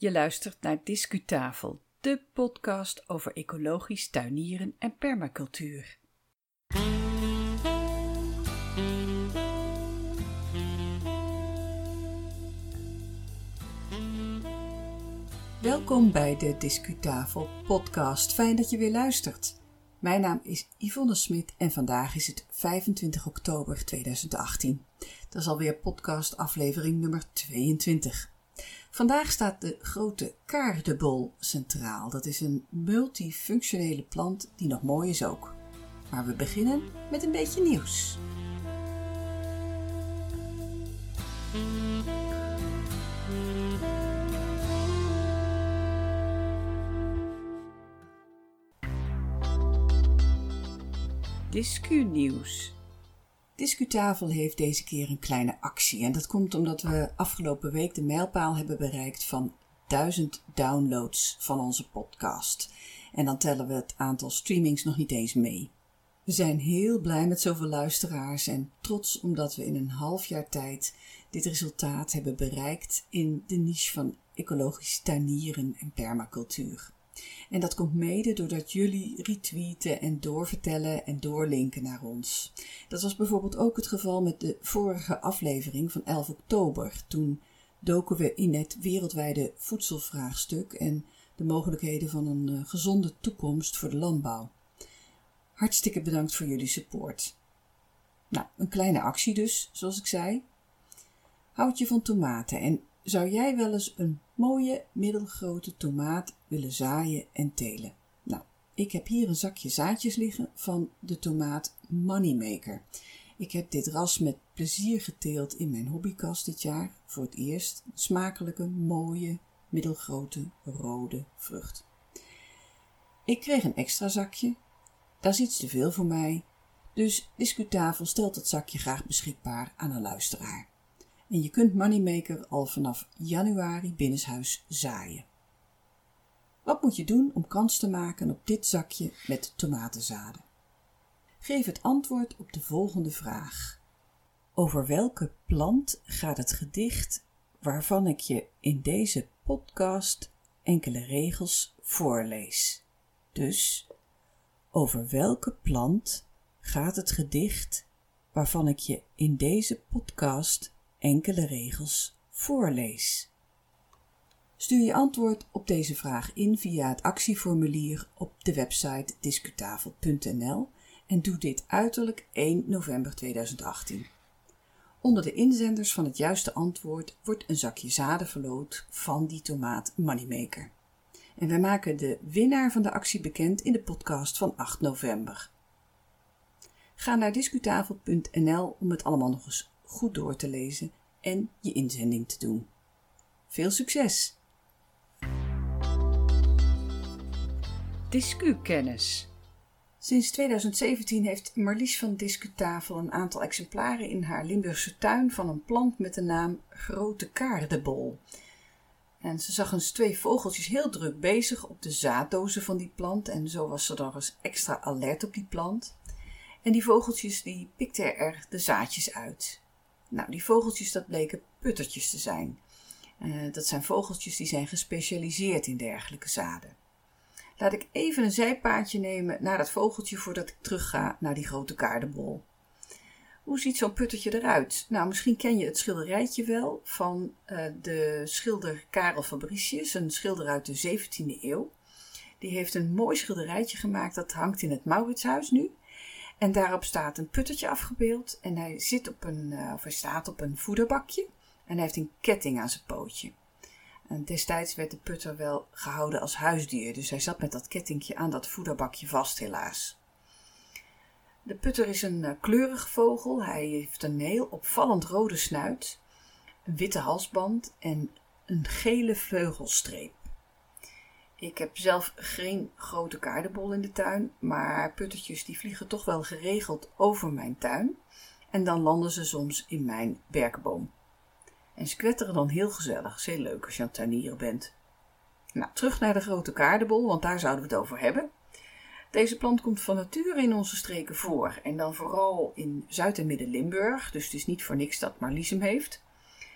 Je luistert naar Discutafel, de podcast over ecologisch tuinieren en permacultuur. Welkom bij de Discutafel podcast. Fijn dat je weer luistert. Mijn naam is Yvonne Smit en vandaag is het 25 oktober 2018. Dat is alweer podcast aflevering nummer 22. Vandaag staat de grote kaardebol centraal. Dat is een multifunctionele plant die nog mooi is ook. Maar we beginnen met een beetje nieuws. Discu-nieuws. Discutafel heeft deze keer een kleine actie en dat komt omdat we afgelopen week de mijlpaal hebben bereikt van 1000 downloads van onze podcast. En dan tellen we het aantal streamings nog niet eens mee. We zijn heel blij met zoveel luisteraars en trots omdat we in een half jaar tijd dit resultaat hebben bereikt in de niche van ecologisch tuinieren en permacultuur. En dat komt mede doordat jullie retweeten en doorvertellen en doorlinken naar ons. Dat was bijvoorbeeld ook het geval met de vorige aflevering van 11 oktober. Toen doken we in het wereldwijde voedselvraagstuk en de mogelijkheden van een gezonde toekomst voor de landbouw. Hartstikke bedankt voor jullie support. Nou, een kleine actie dus, zoals ik zei. Houd je van tomaten en zou jij wel eens een mooie middelgrote tomaat willen zaaien en telen? Nou, ik heb hier een zakje zaadjes liggen van de tomaat Moneymaker. Ik heb dit ras met plezier geteeld in mijn hobbykast dit jaar. Voor het eerst een smakelijke, mooie, middelgrote, rode vrucht. Ik kreeg een extra zakje. Dat is iets te veel voor mij. Dus Discutafel stelt het zakje graag beschikbaar aan een luisteraar. En je kunt Moneymaker al vanaf januari binnenshuis zaaien. Wat moet je doen om kans te maken op dit zakje met tomatenzaden? Geef het antwoord op de volgende vraag. Over welke plant gaat het gedicht waarvan ik je in deze podcast enkele regels voorlees? Dus, over welke plant gaat het gedicht waarvan ik je in deze podcast enkele regels voorlees? Stuur je antwoord op deze vraag in via het actieformulier op de website discutafel.nl en doe dit uiterlijk 1 november 2018. Onder de inzenders van het juiste antwoord wordt een zakje zaden verloot van die tomaat Moneymaker. En wij maken de winnaar van de actie bekend in de podcast van 8 november. Ga naar discutafel.nl om het allemaal nog eens goed door te lezen en je inzending te doen. Veel succes! Discukennis. Sinds 2017 heeft Marlies van Discutafel een aantal exemplaren in haar Limburgse tuin van een plant met de naam grote kaardebol. En ze zag eens 2 vogeltjes heel druk bezig op de zaaddozen van die plant en zo was ze dan eens extra alert op die plant. En die vogeltjes die pikten er de zaadjes uit. Nou, die vogeltjes dat bleken puttertjes te zijn. Dat zijn vogeltjes die zijn gespecialiseerd in dergelijke zaden. Laat ik even een zijpaadje nemen naar dat vogeltje voordat ik terugga naar die grote kaardebol. Hoe ziet zo'n puttertje eruit? Nou, misschien ken je het schilderijtje wel van de schilder Karel Fabricius, een schilder uit de 17e eeuw. Die heeft een mooi schilderijtje gemaakt, dat hangt in het Mauritshuis nu. En daarop staat een puttertje afgebeeld en hij staat op een voederbakje en hij heeft een ketting aan zijn pootje. En destijds werd de putter wel gehouden als huisdier, dus hij zat met dat kettingje aan dat voederbakje vast helaas. De putter is een kleurig vogel, hij heeft een heel opvallend rode snuit, een witte halsband en een gele vleugelstreep. Ik heb zelf geen grote kaardebol in de tuin, maar puttertjes die vliegen toch wel geregeld over mijn tuin en dan landen ze soms in mijn berkenboom. En ze kwetteren dan heel gezellig, is heel leuk als je aan het tuinieren bent. Nou, terug naar de grote kaardebol, want daar zouden we het over hebben. Deze plant komt van nature in onze streken voor en dan vooral in Zuid- en Midden-Limburg, dus het is niet voor niks dat Marlies hem heeft.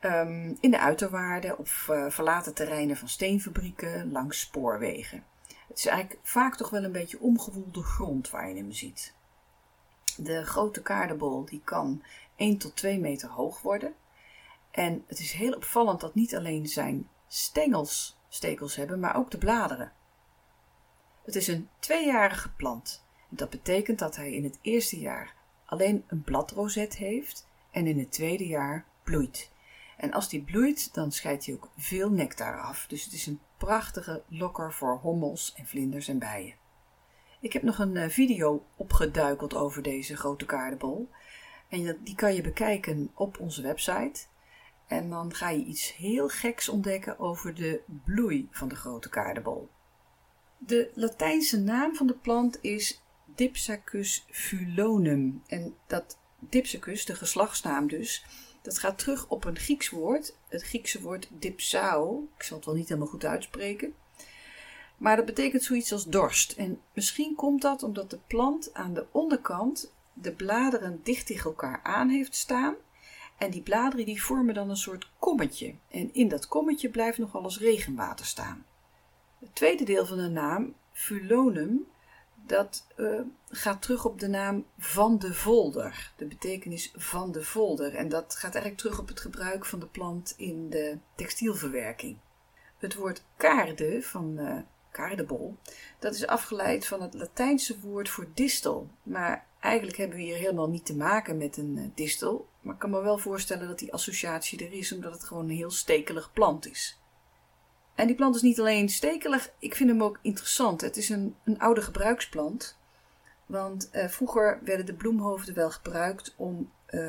in de uiterwaarden of verlaten terreinen van steenfabrieken langs spoorwegen. Het is eigenlijk vaak toch wel een beetje omgewoelde grond waar je hem ziet. De grote kaardebol die kan 1 tot 2 meter hoog worden. En het is heel opvallend dat niet alleen zijn stengels stekels hebben, maar ook de bladeren. Het is een 2-jarige plant. En dat betekent dat hij in het eerste jaar alleen een bladrozet heeft en in het tweede jaar bloeit. En als die bloeit, dan scheidt hij ook veel nectar af. Dus het is een prachtige lokker voor hommels en vlinders en bijen. Ik heb nog een video opgeduikeld over deze grote kaardebol. En die kan je bekijken op onze website. En dan ga je iets heel geks ontdekken over de bloei van de grote kaardebol. De Latijnse naam van de plant is Dipsacus fulonum. En dat Dipsacus, de geslachtsnaam dus, dat gaat terug op een Grieks woord. Het Griekse woord dipsao. Ik zal het wel niet helemaal goed uitspreken. Maar dat betekent zoiets als dorst. En misschien komt dat omdat de plant aan de onderkant de bladeren dicht tegen elkaar aan heeft staan. En die bladeren die vormen dan een soort kommetje. En in dat kommetje blijft nog alles regenwater staan. Het tweede deel van de naam, fulonum, dat gaat terug op de naam van de volder. De betekenis van de volder. En dat gaat eigenlijk terug op het gebruik van de plant in de textielverwerking. Het woord kaarde van kaardebol, dat is afgeleid van het Latijnse woord voor distel. Maar eigenlijk hebben we hier helemaal niet te maken met een distel. Maar ik kan me wel voorstellen dat die associatie er is, omdat het gewoon een heel stekelig plant is. En die plant is niet alleen stekelig, ik vind hem ook interessant. Het is een oude gebruiksplant. Want vroeger werden de bloemhoofden wel gebruikt om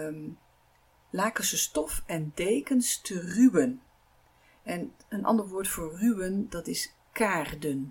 lakense stof en dekens te ruwen. En een ander woord voor ruwen, dat is kaarden.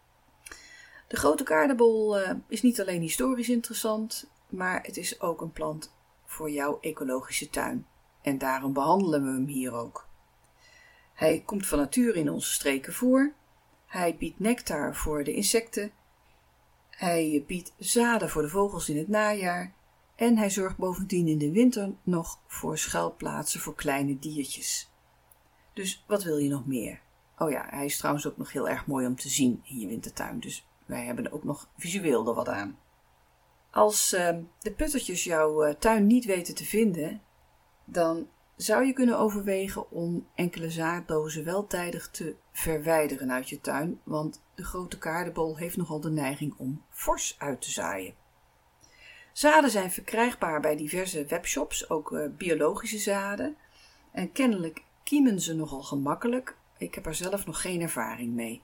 De grote kaardebol is niet alleen historisch interessant, maar het is ook een plant voor jouw ecologische tuin. En daarom behandelen we hem hier ook. Hij komt van nature in onze streken voor. Hij biedt nectar voor de insecten. Hij biedt zaden voor de vogels in het najaar. En hij zorgt bovendien in de winter nog voor schuilplaatsen voor kleine diertjes. Dus wat wil je nog meer? Oh ja, hij is trouwens ook nog heel erg mooi om te zien in je wintertuin. Dus wij hebben er ook nog visueel er wat aan. Als de puttertjes jouw tuin niet weten te vinden, dan zou je kunnen overwegen om enkele zaaddozen wel tijdig te verwijderen uit je tuin, want de grote kaardebol heeft nogal de neiging om fors uit te zaaien. Zaden zijn verkrijgbaar bij diverse webshops, ook biologische zaden. En kennelijk kiemen ze nogal gemakkelijk. Ik heb er zelf nog geen ervaring mee.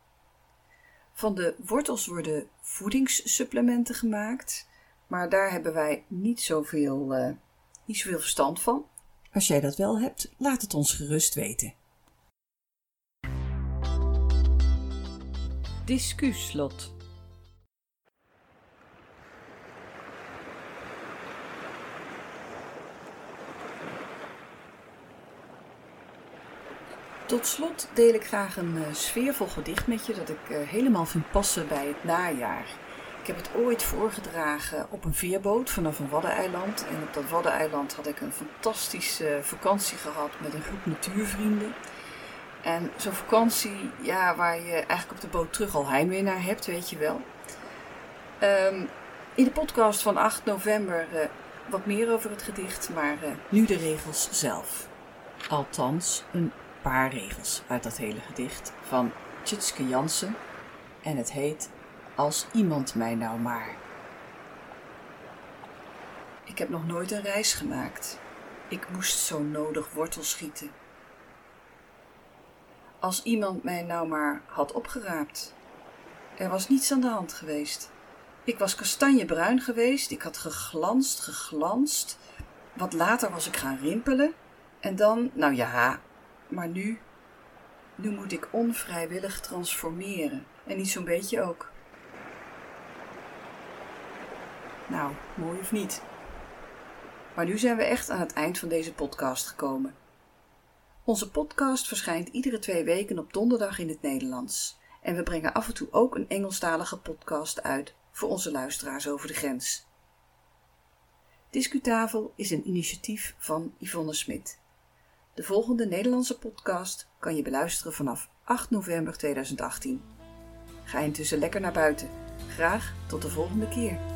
Van de wortels worden voedingssupplementen gemaakt, maar daar hebben wij niet zoveel verstand van. Als jij dat wel hebt, laat het ons gerust weten. Discuslot. Tot slot deel ik graag een sfeervol gedicht met je dat ik helemaal vind passen bij het najaar. Ik heb het ooit voorgedragen op een veerboot vanaf een waddeneiland. En op dat waddeneiland had ik een fantastische vakantie gehad met een groep natuurvrienden. En zo'n vakantie, ja, waar je eigenlijk op de boot terug al heimwee naar hebt, weet je wel. In de podcast van 8 november wat meer over het gedicht, maar nu de regels zelf. Althans, een paar regels uit dat hele gedicht van Tjitske Jansen. En het heet Als iemand mij nou maar. Ik heb nog nooit een reis gemaakt. Ik moest zo nodig wortels schieten. Als iemand mij nou maar had opgeraapt. Er was niets aan de hand geweest. Ik was kastanjebruin geweest, ik had geglanst. Wat later was ik gaan rimpelen. En dan, nou ja, maar nu moet ik onvrijwillig transformeren. En niet zo'n beetje ook. Nou, mooi of niet? Maar nu zijn we echt aan het eind van deze podcast gekomen. Onze podcast verschijnt iedere 2 weken op donderdag in het Nederlands. En we brengen af en toe ook een Engelstalige podcast uit voor onze luisteraars over de grens. Discutafel is een initiatief van Yvonne Smit. De volgende Nederlandse podcast kan je beluisteren vanaf 8 november 2018. Ga intussen lekker naar buiten. Graag tot de volgende keer.